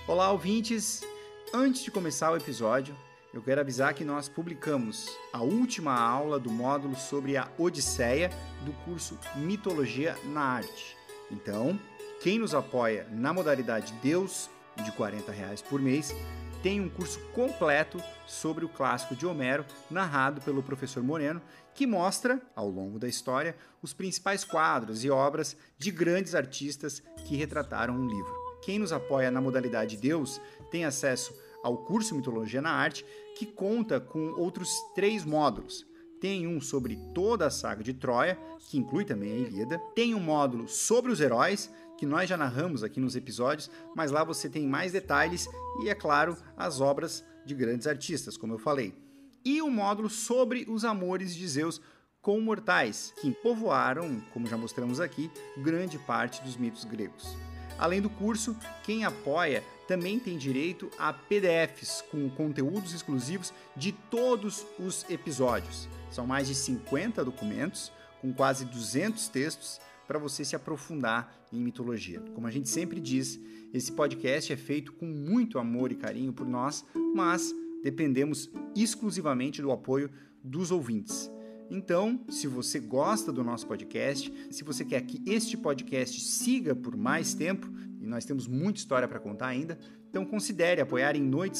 Olá, ouvintes! Antes de começar o episódio, eu quero avisar que nós publicamos a última aula do módulo sobre a Odisseia do curso Mitologia na Arte. Então, quem nos apoia na modalidade Deus, de R$ 40 por mês, tem um curso completo sobre o clássico de Homero, narrado pelo professor Moreno, que mostra, ao longo da história, os principais quadros e obras de grandes artistas que retrataram um livro. Quem nos apoia na modalidade Deus tem acesso ao curso Mitologia na Arte, que conta com outros 3 módulos. Tem um sobre toda a saga de Troia, que inclui também a Ilíada. Tem um módulo sobre os heróis, que nós já narramos aqui nos episódios, mas lá você tem mais detalhes e, é claro, as obras de grandes artistas, como eu falei. E um módulo sobre os amores de Zeus com mortais, que povoaram, como já mostramos aqui, grande parte dos mitos gregos. Além do curso, quem apoia também tem direito a PDFs com conteúdos exclusivos de todos os episódios. São mais de 50 documentos, com quase 200 textos, para você se aprofundar em mitologia. Como a gente sempre diz, esse podcast é feito com muito amor e carinho por nós, mas dependemos exclusivamente do apoio dos ouvintes. Então, se você gosta do nosso podcast, se você quer que este podcast siga por mais tempo, e nós temos muita história para contar ainda, então considere apoiar em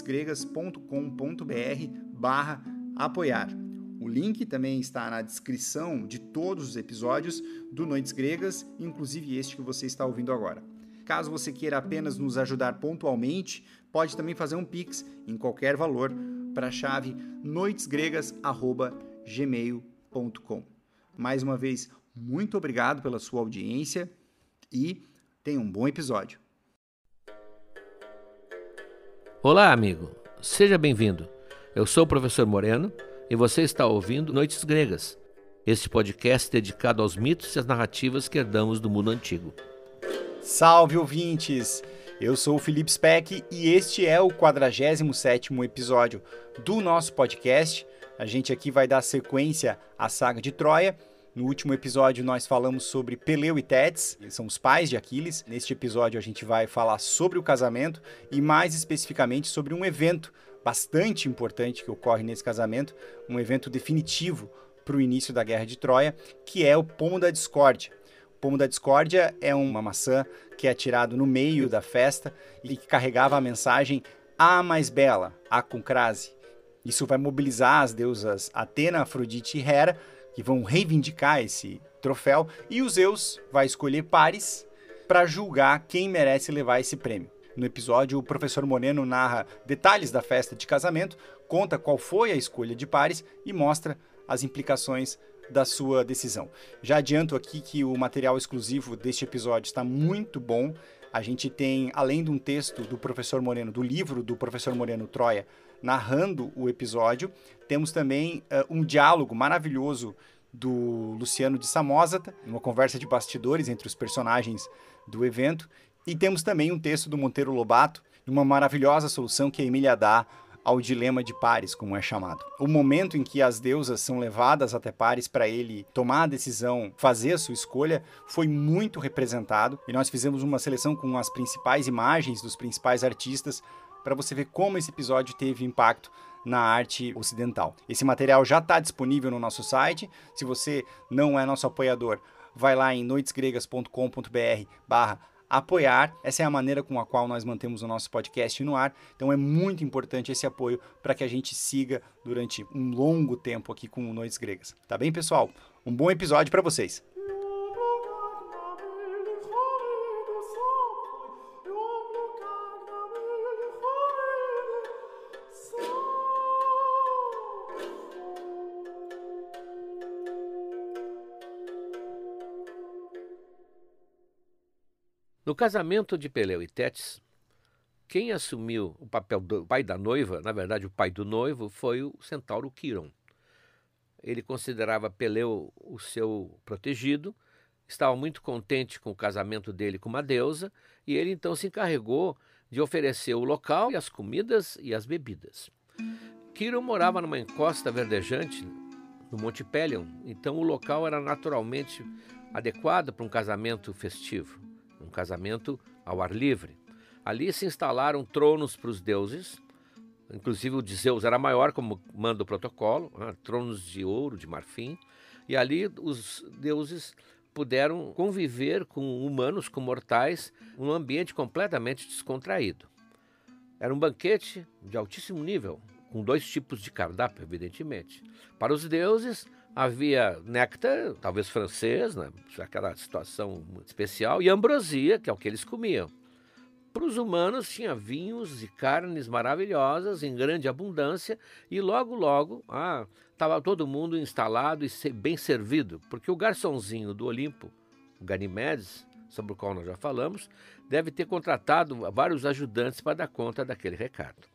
noitesgregas.com.br/apoiar. O link também está na descrição de todos os episódios do Noites Gregas, inclusive este que você está ouvindo agora. Caso você queira apenas nos ajudar pontualmente, pode também fazer um Pix em qualquer valor para a chave noitesgregas@gmail.com. Mais uma vez, muito obrigado pela sua audiência e tenha um bom episódio. Olá, amigo. Seja bem-vindo. Eu sou o professor Moreno e você está ouvindo Noites Gregas, este podcast dedicado aos mitos e às narrativas que herdamos do mundo antigo. Salve, ouvintes! Eu sou o Felipe Speck e este é o 47º episódio do nosso podcast. A gente aqui vai dar sequência à saga de Troia. No último episódio nós falamos sobre Peleu e Tétis, eles são os pais de Aquiles. Neste episódio a gente vai falar sobre o casamento e mais especificamente sobre um evento bastante importante que ocorre nesse casamento, um evento definitivo para o início da Guerra de Troia, que é o Pomo da Discórdia. O Pomo da Discórdia é uma maçã que é atirado no meio da festa e que carregava a mensagem A mais bela, a com crase. Isso vai mobilizar as deusas Atena, Afrodite e Hera, que vão reivindicar esse troféu, e o Zeus vai escolher pares para julgar quem merece levar esse prêmio. No episódio, o professor Moreno narra detalhes da festa de casamento, conta qual foi a escolha de pares e mostra as implicações da sua decisão. Já adianto aqui que o material exclusivo deste episódio está muito bom. A gente tem, além de um texto do professor Moreno, do livro do professor Moreno Troia, narrando o episódio, temos também um diálogo maravilhoso do Luciano de Samosata, uma conversa de bastidores entre os personagens do evento, e temos também um texto do Monteiro Lobato, uma maravilhosa solução que a Emília dá ao dilema de Paris, como é chamado. O momento em que as deusas são levadas até Paris para ele tomar a decisão, fazer a sua escolha, foi muito representado, e nós fizemos uma seleção com as principais imagens dos principais artistas para você ver como esse episódio teve impacto na arte ocidental. Esse material já está disponível no nosso site. Se você não é nosso apoiador, vai lá em noitesgregas.com.br/apoiar. Essa é a maneira com a qual nós mantemos o nosso podcast no ar. Então é muito importante esse apoio para que a gente siga durante um longo tempo aqui com o Noites Gregas. Tá bem, pessoal? Um bom episódio para vocês. No casamento de Peleu e Tétis, quem assumiu o papel do pai da noiva, na verdade o pai do noivo, foi o centauro Quiron. Ele considerava Peleu o seu protegido, estava muito contente com o casamento dele com uma deusa, e ele então se encarregou de oferecer o local, as comidas e as bebidas. Quiron morava numa encosta verdejante no Monte Pelion, então o local era naturalmente adequado para um casamento festivo, um casamento ao ar livre. Ali se instalaram tronos para os deuses, inclusive o de Zeus era maior, como manda o protocolo, tronos de ouro, de marfim, e ali os deuses puderam conviver com humanos, com mortais, num ambiente completamente descontraído. Era um banquete de altíssimo nível, com 2 tipos de cardápio, evidentemente. Para os deuses havia néctar, talvez francês, né, aquela situação muito especial, e ambrosia, que é o que eles comiam. Para os humanos tinha vinhos e carnes maravilhosas em grande abundância e logo estava todo mundo instalado e bem servido, porque o garçonzinho do Olimpo, o Ganimedes, sobre o qual nós já falamos, deve ter contratado vários ajudantes para dar conta daquele recado.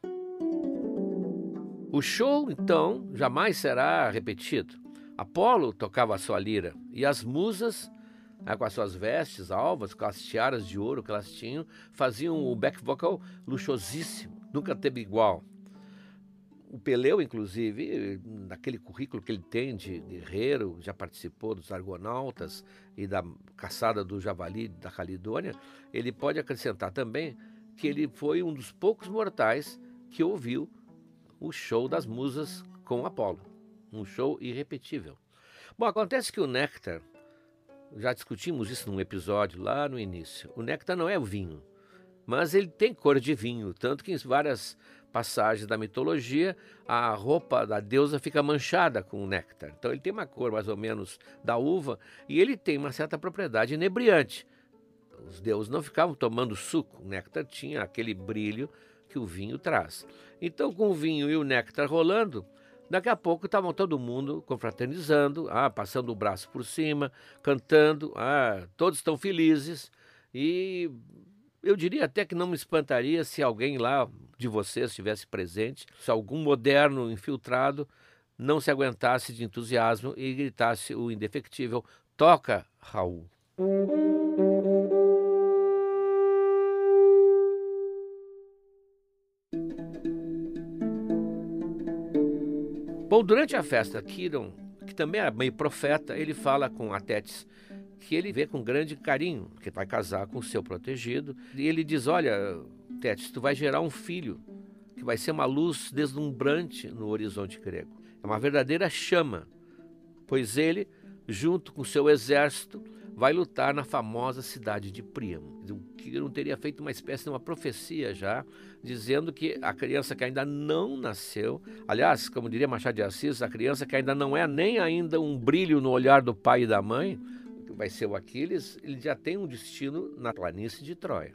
O show, então, jamais será repetido. Apolo tocava a sua lira e as musas, com as suas vestes alvas, com as tiaras de ouro que elas tinham, faziam o back vocal luxuosíssimo, nunca teve igual. O Peleu, inclusive, naquele currículo que ele tem de guerreiro, já participou dos Argonautas e da caçada do javali da Calidônia, ele pode acrescentar também que ele foi um dos poucos mortais que ouviu o show das musas com Apolo, um show irrepetível. Bom, acontece que o néctar, já discutimos isso num episódio lá no início, o néctar não é o vinho, mas ele tem cor de vinho, tanto que em várias passagens da mitologia a roupa da deusa fica manchada com o néctar. Então ele tem uma cor mais ou menos da uva e ele tem uma certa propriedade inebriante. Os deuses não ficavam tomando suco, o néctar tinha aquele brilho que o vinho traz. Então, com o vinho e o néctar rolando, daqui a pouco estavam todo mundo confraternizando, passando o braço por cima, cantando, todos estão felizes. E eu diria até que não me espantaria se alguém lá de vocês estivesse presente, se algum moderno infiltrado não se aguentasse de entusiasmo e gritasse o indefectível: "Toca, Raul!" Bom, durante a festa, Quiron, que também era meio profeta, ele fala com Atetes que ele vê com grande carinho, que vai casar com o seu protegido, e ele diz: "Olha, Tétis, tu vai gerar um filho que vai ser uma luz deslumbrante no horizonte grego. É uma verdadeira chama, pois ele, junto com seu exército, vai lutar na famosa cidade de Príamo." O Quiron teria feito uma espécie de uma profecia já, dizendo que a criança que ainda não nasceu, aliás, como diria Machado de Assis, a criança que ainda não é nem ainda um brilho no olhar do pai e da mãe, que vai ser o Aquiles, ele já tem um destino na planície de Troia.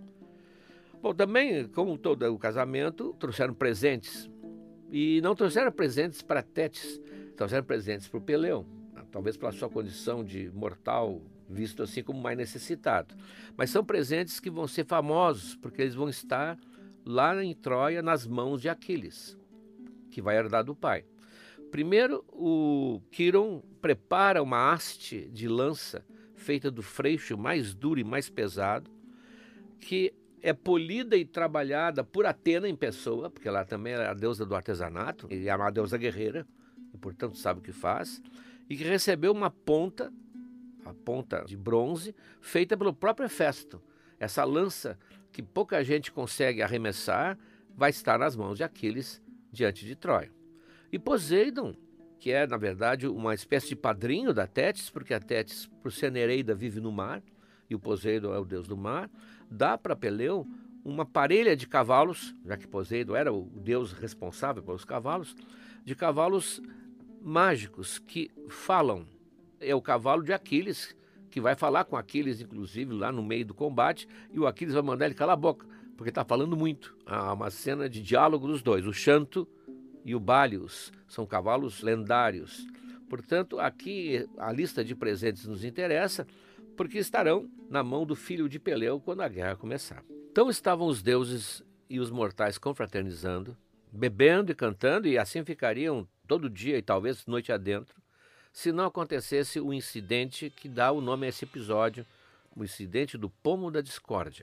Bom, também, como todo o casamento, trouxeram presentes. E não trouxeram presentes para Tétis, trouxeram presentes para o Peleu, talvez pela sua condição de mortal, visto assim como mais necessitado. Mas são presentes que vão ser famosos, porque eles vão estar lá em Troia nas mãos de Aquiles, que vai herdar do pai. Primeiro, o Quiron prepara uma haste de lança feita do freixo mais duro e mais pesado, que é polida e trabalhada por Atena em pessoa, porque ela também é a deusa do artesanato, e é uma deusa guerreira, e portanto sabe o que faz, e que recebeu uma ponta, a ponta de bronze, feita pelo próprio Hefesto. Essa lança, que pouca gente consegue arremessar, vai estar nas mãos de Aquiles diante de Troia. E Poseidon, que é, na verdade, uma espécie de padrinho da Tétis, porque a Tétis, por ser Nereida, vive no mar, e o Poseidon é o deus do mar, dá para Peleu uma parelha de cavalos, já que Poseidon era o deus responsável pelos cavalos, de cavalos mágicos que falam. É o cavalo de Aquiles, que vai falar com Aquiles, inclusive, lá no meio do combate, e o Aquiles vai mandar ele calar a boca, porque está falando muito. Há uma cena de diálogo dos dois, o Xanto e o Balius, são cavalos lendários. Portanto, aqui a lista de presentes nos interessa, porque estarão na mão do filho de Peleu quando a guerra começar. Então estavam os deuses e os mortais confraternizando, bebendo e cantando, e assim ficariam todo dia e talvez noite adentro, se não acontecesse o incidente que dá o nome a esse episódio, o incidente do Pomo da Discórdia.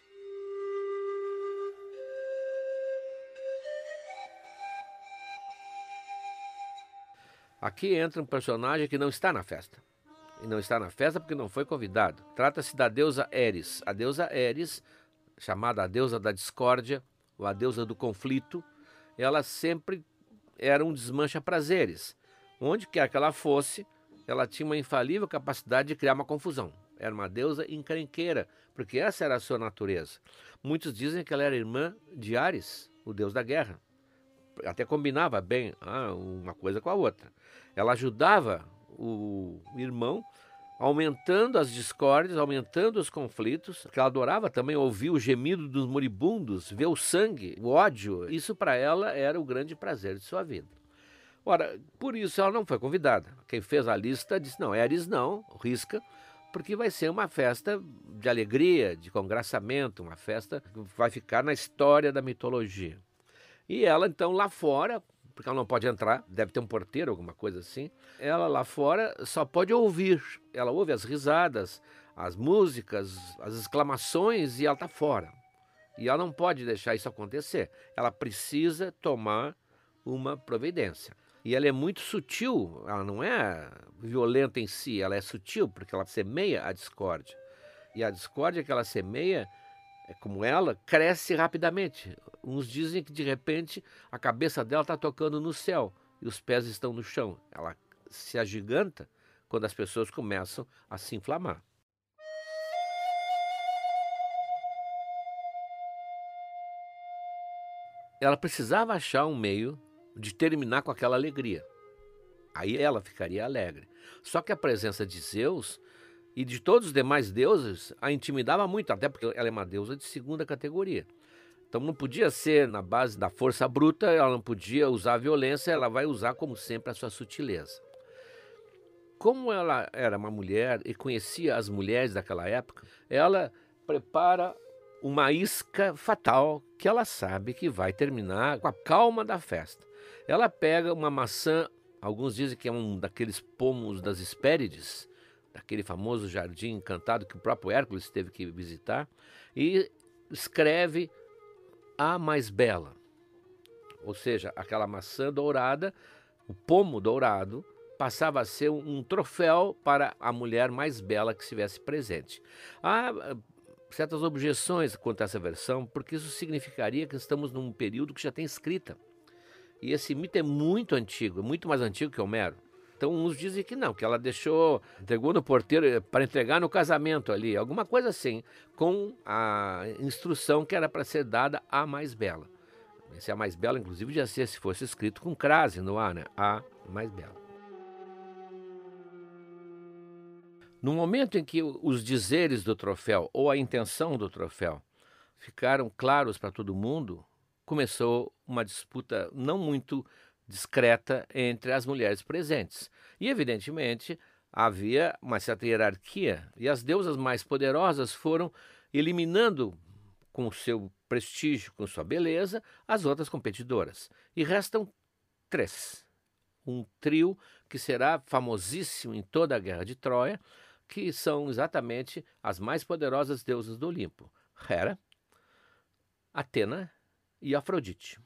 Aqui entra um personagem que não está na festa. E não está na festa porque não foi convidado. Trata-se da deusa Eris. A deusa Eris chamada a deusa da discórdia, ou a deusa do conflito, ela sempre era um desmancha-prazeres. Onde quer que ela fosse, ela tinha uma infalível capacidade de criar uma confusão. Era uma deusa encrenqueira, porque essa era a sua natureza. Muitos dizem que ela era irmã de Ares, o deus da guerra. Até combinava bem uma coisa com a outra. Ela ajudava o irmão, aumentando as discórdias, aumentando os conflitos, porque ela adorava também ouvir o gemido dos moribundos, ver o sangue, o ódio. Isso para ela era o grande prazer de sua vida. Ora, por isso ela não foi convidada. Quem fez a lista disse, não, Ares não, risca, porque vai ser uma festa de alegria, de congraçamento, uma festa que vai ficar na história da mitologia. E ela, então, lá fora, porque ela não pode entrar, deve ter um porteiro, alguma coisa assim, ela lá fora só pode ouvir. Ela ouve as risadas, as músicas, as exclamações e ela está fora. E ela não pode deixar isso acontecer. Ela precisa tomar uma providência. E ela é muito sutil, ela não é violenta em si, ela é sutil, porque ela semeia a discórdia. E a discórdia que ela semeia, como ela, cresce rapidamente. Uns dizem que de repente a cabeça dela está tocando no céu e os pés estão no chão. Ela se agiganta quando as pessoas começam a se inflamar. Ela precisava achar um meio de terminar com aquela alegria. Aí ela ficaria alegre. Só que a presença de Zeus e de todos os demais deuses a intimidava muito, até porque ela é uma deusa de segunda categoria. Então não podia ser na base da força bruta, ela não podia usar a violência, ela vai usar, como sempre, a sua sutileza. Como ela era uma mulher e conhecia as mulheres daquela época, ela prepara uma isca fatal que ela sabe que vai terminar com a calma da festa. Ela pega uma maçã, alguns dizem que é um daqueles pomos das Hespérides, daquele famoso jardim encantado que o próprio Hércules teve que visitar, e escreve a mais bela, ou seja, aquela maçã dourada, o pomo dourado, passava a ser um troféu para a mulher mais bela que estivesse presente. Há certas objeções quanto a essa versão, porque isso significaria que estamos num período que já tem escrita. E esse mito é muito antigo, muito mais antigo que Homero. Então uns dizem que não, que ela entregou no porteiro para entregar no casamento ali, alguma coisa assim, com a instrução que era para ser dada à mais bela. Esse a mais bela, inclusive, já ser se fosse escrito com crase no ar, né? A mais bela. No momento em que os dizeres do troféu ou a intenção do troféu ficaram claros para todo mundo, começou uma disputa não muito discreta entre as mulheres presentes. E, evidentemente, havia uma certa hierarquia e as deusas mais poderosas foram eliminando, com o seu prestígio, com sua beleza, as outras competidoras. E restam 3. Um trio que será famosíssimo em toda a Guerra de Troia, que são exatamente as mais poderosas deusas do Olimpo: Hera, Atena e Afrodite.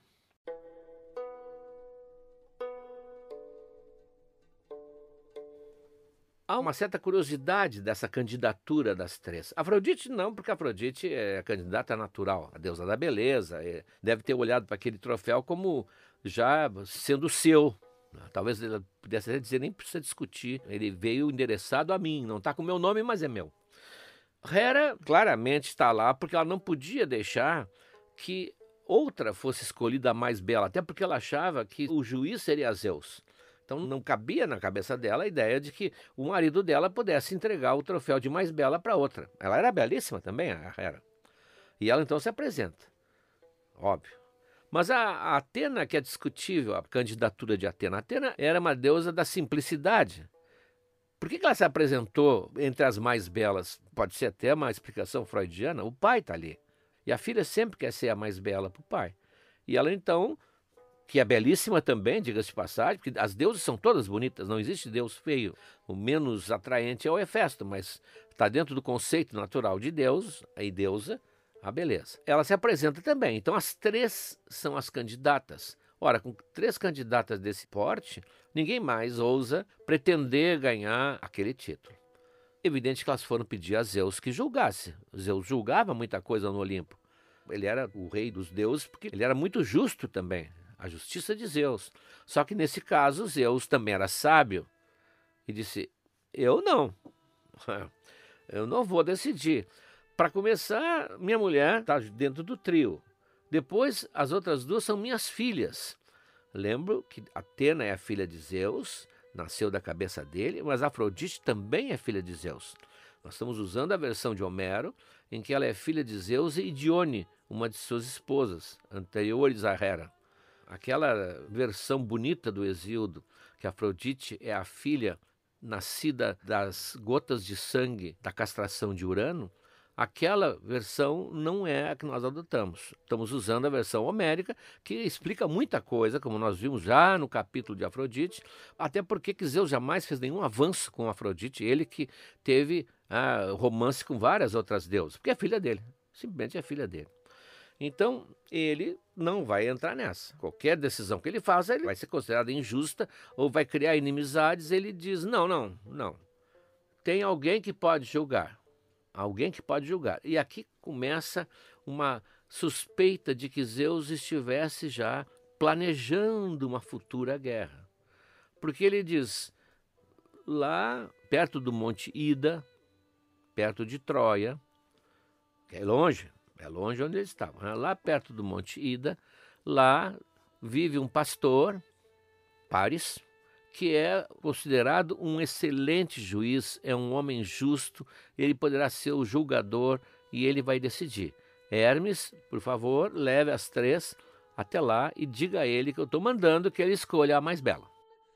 Há uma certa curiosidade dessa candidatura das 3. Afrodite não, porque Afrodite é a candidata natural, a deusa da beleza, deve ter olhado para aquele troféu como já sendo seu. Talvez ele pudesse até dizer, nem precisa discutir, ele veio endereçado a mim, não está com o meu nome, mas é meu. Hera claramente está lá porque ela não podia deixar que outra fosse escolhida a mais bela, até porque ela achava que o juiz seria Zeus. Então não cabia na cabeça dela a ideia de que o marido dela pudesse entregar o troféu de mais bela para outra. Ela era belíssima também, a Hera. E ela então se apresenta, óbvio. Mas a Atena, que é discutível, a candidatura de Atena. Atena era uma deusa da simplicidade. Por que ela se apresentou entre as mais belas? Pode ser até uma explicação freudiana. O pai está ali. E a filha sempre quer ser a mais bela para o pai. E ela então, que é belíssima também, diga-se de passagem, porque as deusas são todas bonitas, não existe deus feio. O menos atraente é o Hefesto, mas está dentro do conceito natural de Deus e deusa, a beleza. Ela se apresenta também. Então as 3 são as candidatas. Ora, com 3 candidatas desse porte, ninguém mais ousa pretender ganhar aquele título. Evidente que elas foram pedir a Zeus que julgasse. Zeus julgava muita coisa no Olimpo. Ele era o rei dos deuses porque ele era muito justo também. A justiça de Zeus. Só que nesse caso, Zeus também era sábio e disse: eu não. Eu não vou decidir. Para começar, minha mulher está dentro do trio. Depois, as outras duas são minhas filhas. Lembro que Atena é a filha de Zeus, nasceu da cabeça dele, mas Afrodite também é filha de Zeus. Nós estamos usando a versão de Homero, em que ela é filha de Zeus e Dione, uma de suas esposas, anteriores a Hera. Aquela versão bonita do Hesíodo, que Afrodite é a filha nascida das gotas de sangue da castração de Urano, aquela versão não é a que nós adotamos. Estamos usando a versão homérica, que explica muita coisa, como nós vimos já no capítulo de Afrodite, até porque Zeus jamais fez nenhum avanço com Afrodite, ele que teve romance com várias outras deusas, porque é filha dele, simplesmente é filha dele. Então, ele não vai entrar nessa. Qualquer decisão que ele faça, ele vai ser considerada injusta ou vai criar inimizades. Ele diz, não. Tem alguém que pode julgar. Alguém que pode julgar. E aqui começa uma suspeita de que Zeus estivesse já planejando uma futura guerra. Porque ele diz, lá perto do Monte Ida, perto de Troia, que é longe onde eles estavam, né? Lá perto do Monte Ida, lá vive um pastor, Paris, que é considerado um excelente juiz, é um homem justo, ele poderá ser o julgador e ele vai decidir. Hermes, por favor, leve as três até lá e diga a ele que eu estou mandando que ele escolha a mais bela.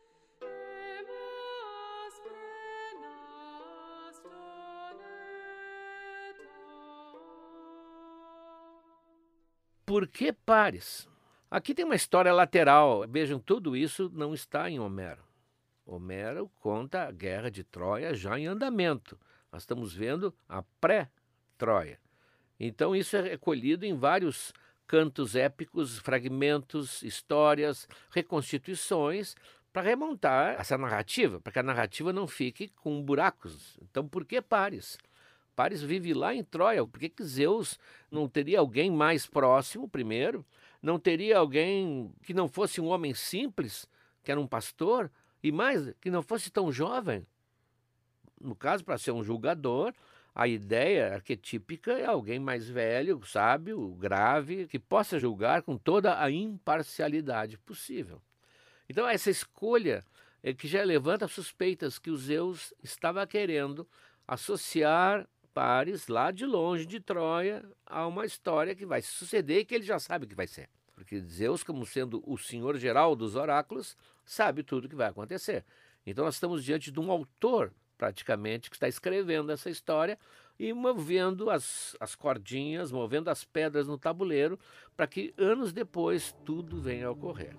Por que Paris? Aqui tem uma história lateral. Vejam, tudo isso não está em Homero. Homero conta a guerra de Troia já em andamento. Nós estamos vendo a pré-Troia. Então isso é recolhido em vários cantos épicos, fragmentos, histórias, reconstituições, para remontar essa narrativa, para que a narrativa não fique com buracos. Então por que Paris? Paris vive lá em Troia. Por que Zeus não teria alguém mais próximo, primeiro? Não teria alguém que não fosse um homem simples, que era um pastor, e mais, que não fosse tão jovem? No caso, para ser um julgador, a ideia arquetípica é alguém mais velho, sábio, grave, que possa julgar com toda a imparcialidade possível. Então, essa escolha é que já levanta suspeitas que o Zeus estava querendo associar Paris, lá de longe de Troia, a uma história que vai se suceder e que ele já sabe que vai ser. Porque Zeus, como sendo o senhor geral dos oráculos, sabe tudo o que vai acontecer. Então nós estamos diante de um autor, praticamente, que está escrevendo essa história e movendo as cordinhas, movendo as pedras no tabuleiro, para que anos depois tudo venha a ocorrer.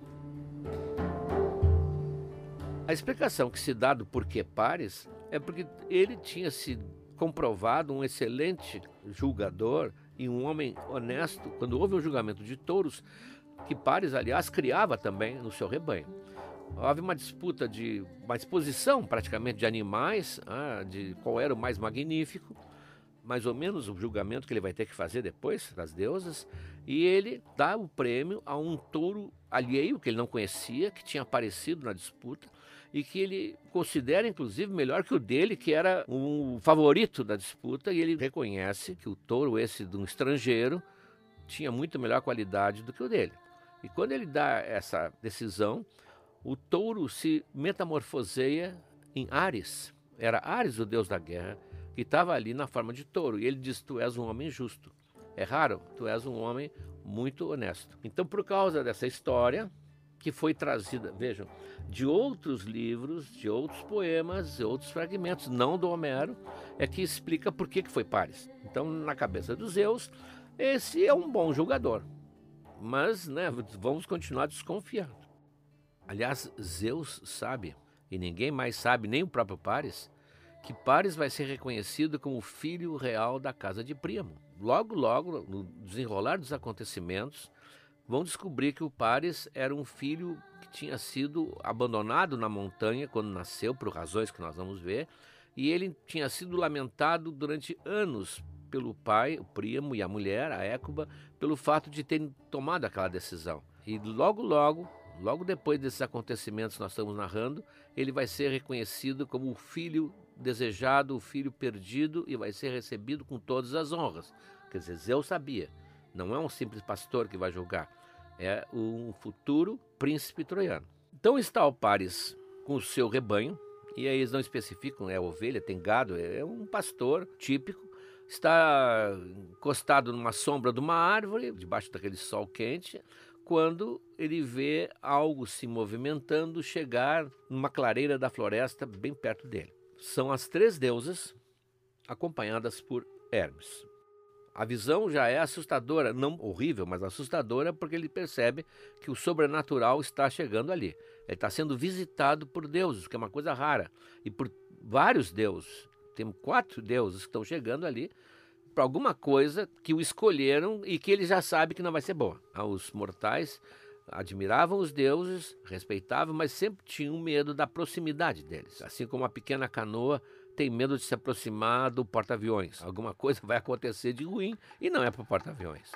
A explicação que se dá do porquê Paris é porque ele tinha sido comprovado um excelente julgador e um homem honesto. Quando houve um julgamento de touros, que Paris, aliás, criava também no seu rebanho. Houve uma disputa uma exposição praticamente de animais, de qual era o mais magnífico, mais ou menos o julgamento que ele vai ter que fazer depois das deusas, e ele dá o prêmio a um touro alheio que ele não conhecia, que tinha aparecido na disputa, e que ele considera, inclusive, melhor que o dele, que era um favorito da disputa, e ele reconhece que o touro esse de um estrangeiro tinha muito melhor qualidade do que o dele. E quando ele dá essa decisão, o touro se metamorfoseia em Ares. Era Ares, o deus da guerra, que estava ali na forma de touro. E ele diz, tu és um homem justo. É raro, tu és um homem muito honesto. Então, por causa dessa história, que foi trazida, vejam, de outros livros, de outros poemas, de outros fragmentos, não do Homero, é que explica por que foi Paris. Então, na cabeça dos Zeus, esse é um bom julgador. Mas, vamos continuar desconfiando. Aliás, Zeus sabe, e ninguém mais sabe, nem o próprio Paris, que Paris vai ser reconhecido como o filho real da casa de Príamo. Logo, no desenrolar dos acontecimentos, vão descobrir que o Paris era um filho que tinha sido abandonado na montanha quando nasceu, por razões que nós vamos ver, e ele tinha sido lamentado durante anos pelo pai, o Príamo, e a mulher, a Écuba, pelo fato de terem tomado aquela decisão. E logo depois desses acontecimentos que nós estamos narrando, ele vai ser reconhecido como o filho desejado, o filho perdido, e vai ser recebido com todas as honras. Quer dizer, Zeus sabia, não é um simples pastor que vai julgar, é um futuro príncipe troiano. Então está o Paris com o seu rebanho, e aí eles não especificam, é ovelha, tem gado, é um pastor típico, está encostado numa sombra de uma árvore, debaixo daquele sol quente, quando ele vê algo se movimentando chegar numa clareira da floresta bem perto dele. São as 3 deusas, acompanhadas por Hermes. A visão já é assustadora, não horrível, mas assustadora, porque ele percebe que o sobrenatural está chegando ali. Ele está sendo visitado por deuses, que é uma coisa rara, e por vários deuses. Tem 4 deuses que estão chegando ali para alguma coisa que o escolheram e que ele já sabe que não vai ser boa. Os mortais admiravam os deuses, respeitavam, mas sempre tinham medo da proximidade deles. Assim como uma pequena canoa tem medo de se aproximar do porta-aviões. Alguma coisa vai acontecer de ruim e não é para o porta-aviões.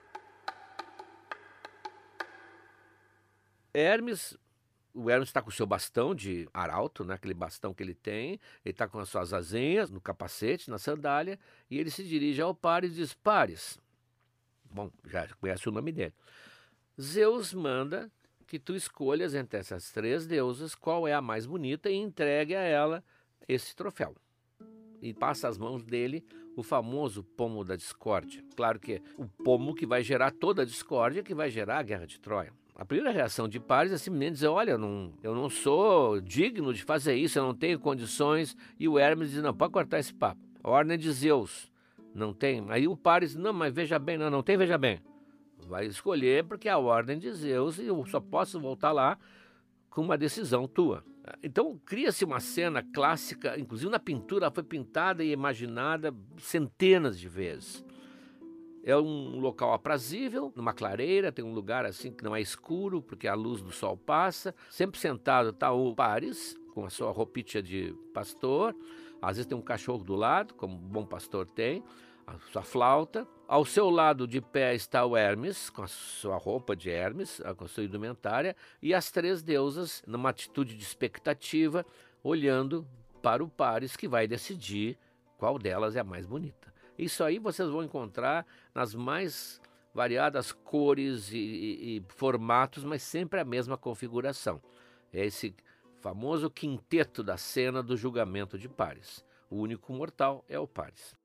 O Hermes está com o seu bastão de arauto, né? Aquele bastão que ele tem, ele está com as suas asinhas no capacete, na sandália, e ele se dirige ao Paris e diz: Paris, bom, já conhece o nome dele, Zeus manda que tu escolhas entre essas 3 deusas qual é a mais bonita e entregue a ela esse troféu. E passa às mãos dele o famoso pomo da discórdia. Claro que é o pomo que vai gerar toda a discórdia, que vai gerar a guerra de Troia. A primeira reação de Paris é simplesmente dizer: olha, eu não sou digno de fazer isso, eu não tenho condições. E o Hermes diz: não, pode cortar esse papo. A ordem de Zeus, não tem. Aí o Paris: não, mas veja bem, não tem veja bem. Vai escolher porque é a ordem de Zeus e eu só posso voltar lá com uma decisão tua. Então cria-se uma cena clássica, inclusive na pintura, ela foi pintada e imaginada centenas de vezes. É um local aprazível, numa clareira, tem um lugar assim que não é escuro, porque a luz do sol passa. Sempre sentado está o Paris, com a sua roupinha de pastor. Às vezes tem um cachorro do lado, como um bom pastor tem, a sua flauta. Ao seu lado de pé está o Hermes, com a sua roupa de Hermes, com a sua indumentária. E as 3 deusas, numa atitude de expectativa, olhando para o Paris, que vai decidir qual delas é a mais bonita. Isso aí vocês vão encontrar nas mais variadas cores e formatos, mas sempre a mesma configuração. É esse famoso quinteto da cena do julgamento de Paris. O único mortal é o Paris.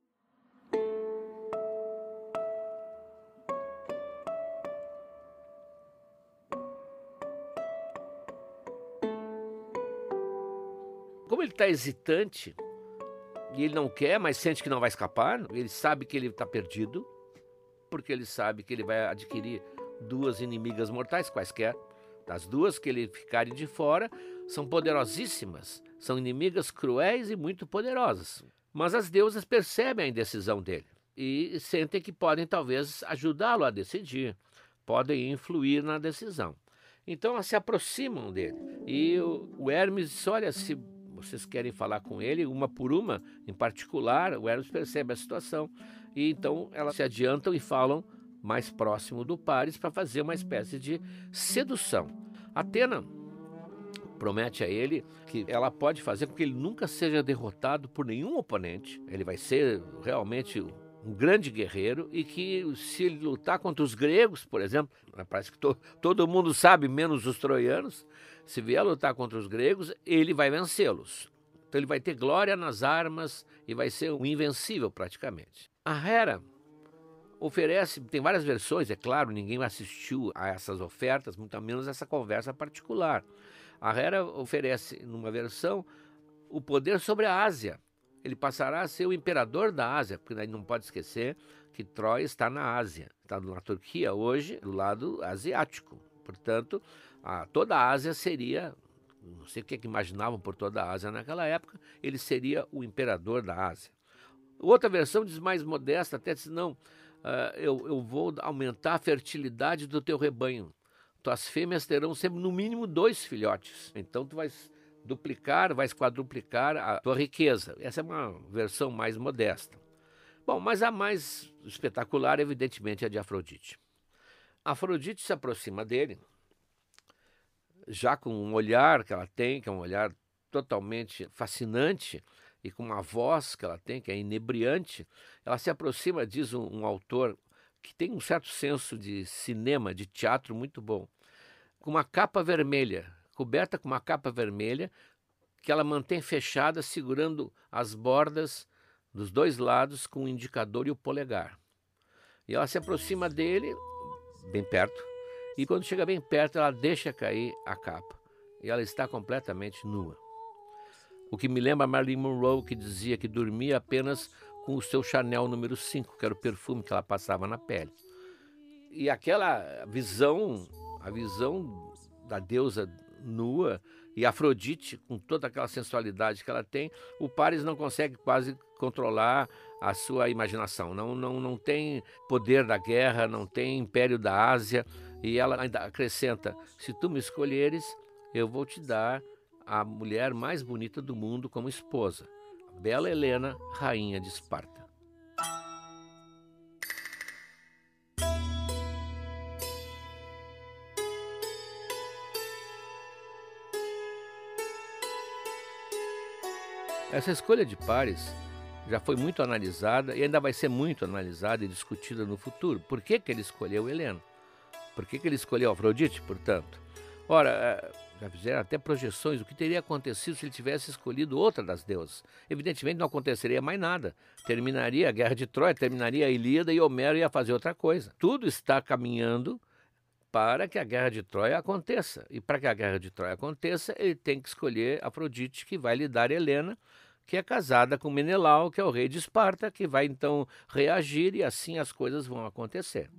Como ele está hesitante, e ele não quer, mas sente que não vai escapar, ele sabe que ele está perdido, porque ele sabe que ele vai adquirir 2 inimigas mortais, quaisquer. As 2 que ele ficarem de fora são poderosíssimas, são inimigas cruéis e muito poderosas. Mas as deusas percebem a indecisão dele e sentem que podem talvez ajudá-lo a decidir, podem influir na decisão. Então elas se aproximam dele e o Hermes diz: olha, se vocês querem falar com ele, uma por uma, em particular, o Hermes percebe a situação e então elas se adiantam e falam mais próximo do Paris para fazer uma espécie de sedução. Atena promete a ele que ela pode fazer com que ele nunca seja derrotado por nenhum oponente, ele vai ser realmente um grande guerreiro e que se ele lutar contra os gregos, por exemplo, parece que todo mundo sabe, menos os troianos, se vier a lutar contra os gregos, ele vai vencê-los. Então ele vai ter glória nas armas e vai ser um invencível praticamente. A Hera oferece, tem várias versões, é claro, ninguém assistiu a essas ofertas, muito menos essa conversa particular. A Hera oferece, numa versão, o poder sobre a Ásia. Ele passará a ser o imperador da Ásia, porque não pode esquecer que Troia está na Ásia, está na Turquia hoje, do lado asiático. Portanto, toda a Ásia seria, não sei o que imaginavam por toda a Ásia naquela época, ele seria o imperador da Ásia. Outra versão diz mais modesta, até diz: não, eu vou aumentar a fertilidade do teu rebanho. Tuas fêmeas terão sempre no mínimo 2 filhotes. Então tu vais duplicar, vais quadruplicar a tua riqueza. Essa é uma versão mais modesta. Bom, mas a mais espetacular, evidentemente, é a de Afrodite. Afrodite se aproxima dele, já com um olhar que ela tem, que é um olhar totalmente fascinante, e com uma voz que ela tem, que é inebriante. Ela se aproxima, diz um autor, que tem um certo senso de cinema, de teatro muito bom, com uma capa vermelha, coberta com uma capa vermelha, que ela mantém fechada, segurando as bordas dos dois lados com o indicador e o polegar. E ela se aproxima dele, bem perto, e quando chega bem perto, ela deixa cair a capa. E ela está completamente nua. O que me lembra Marilyn Monroe, que dizia que dormia apenas com o seu Chanel número 5, que era o perfume que ela passava na pele. E aquela visão, a visão da deusa nua e Afrodite, com toda aquela sensualidade que ela tem, o Paris não consegue quase controlar a sua imaginação. Não tem poder da guerra, não tem império da Ásia. E ela ainda acrescenta: se tu me escolheres, eu vou te dar a mulher mais bonita do mundo como esposa, a bela Helena, rainha de Esparta. Essa escolha de Paris já foi muito analisada e ainda vai ser muito analisada e discutida no futuro. Por que ele escolheu Helena? Por que ele escolheu Afrodite, portanto? Ora, já fizeram até projeções do que teria acontecido se ele tivesse escolhido outra das deusas. Evidentemente não aconteceria mais nada. Terminaria a Guerra de Troia, terminaria a Ilíada e Homero ia fazer outra coisa. Tudo está caminhando para que a Guerra de Troia aconteça. E para que a Guerra de Troia aconteça, ele tem que escolher Afrodite, que vai lhe dar Helena, que é casada com Menelau, que é o rei de Esparta, que vai então reagir e assim as coisas vão acontecer.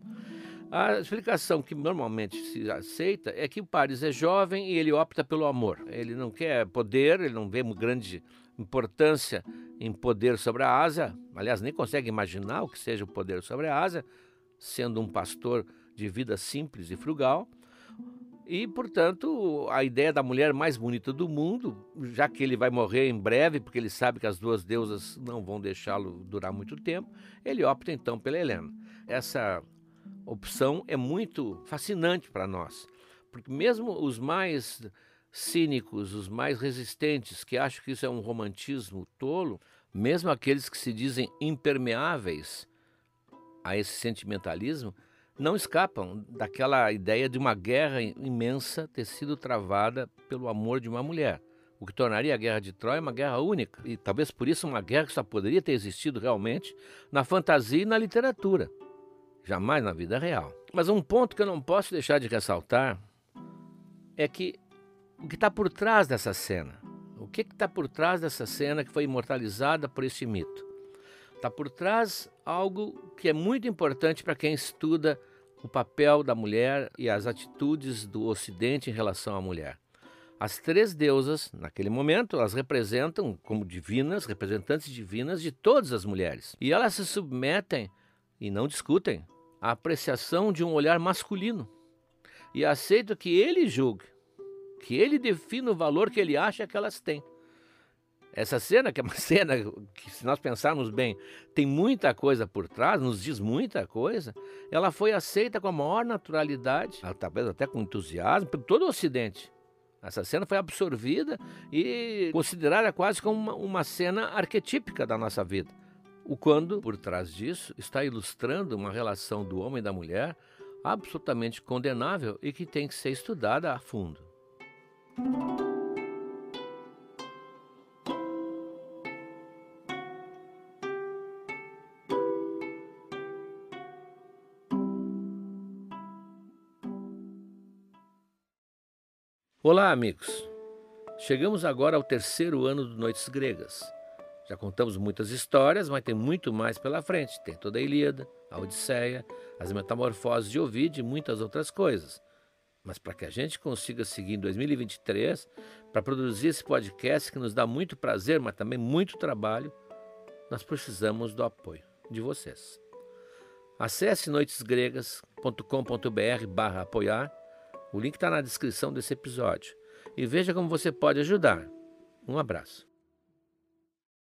A explicação que normalmente se aceita é que o Paris é jovem e ele opta pelo amor. Ele não quer poder, ele não vê grande importância em poder sobre a Ásia. Aliás, nem consegue imaginar o que seja o poder sobre a Ásia, sendo um pastor de vida simples e frugal. E, portanto, a ideia da mulher mais bonita do mundo, já que ele vai morrer em breve, porque ele sabe que as duas deusas não vão deixá-lo durar muito tempo, ele opta então pela Helena. Essa opção é muito fascinante para nós, porque mesmo os mais cínicos, os mais resistentes, que acham que isso é um romantismo tolo, mesmo aqueles que se dizem impermeáveis a esse sentimentalismo, não escapam daquela ideia de uma guerra imensa ter sido travada pelo amor de uma mulher, o que tornaria a Guerra de Troia uma guerra única, e talvez por isso uma guerra que só poderia ter existido realmente na fantasia e na literatura, jamais na vida real. Mas um ponto que eu não posso deixar de ressaltar é que o que está por trás dessa cena, o que está por trás dessa cena que foi imortalizada por esse mito? Está por trás algo que é muito importante para quem estuda o papel da mulher e as atitudes do Ocidente em relação à mulher. As três deusas, naquele momento, elas representam como divinas, representantes divinas de todas as mulheres. E elas se submetem, e não discutem, à apreciação de um olhar masculino. E aceitam que ele julgue, que ele defina o valor que ele acha que elas têm. Essa cena, que é uma cena que, se nós pensarmos bem, tem muita coisa por trás, nos diz muita coisa, ela foi aceita com a maior naturalidade, talvez até com entusiasmo, por todo o Ocidente. Essa cena foi absorvida e considerada quase como uma cena arquetípica da nossa vida. O quando, por trás disso, está ilustrando uma relação do homem e da mulher absolutamente condenável e que tem que ser estudada a fundo. Olá, amigos! Chegamos agora ao 3º ano do Noites Gregas. Já contamos muitas histórias, mas tem muito mais pela frente. Tem toda a Ilíada, a Odisseia, as Metamorfoses de Ovídio e muitas outras coisas. Mas para que a gente consiga seguir em 2023, para produzir esse podcast que nos dá muito prazer, mas também muito trabalho, nós precisamos do apoio de vocês. Acesse noitesgregas.com.br/apoiar. O link está na descrição desse episódio. E veja como você pode ajudar. Um abraço.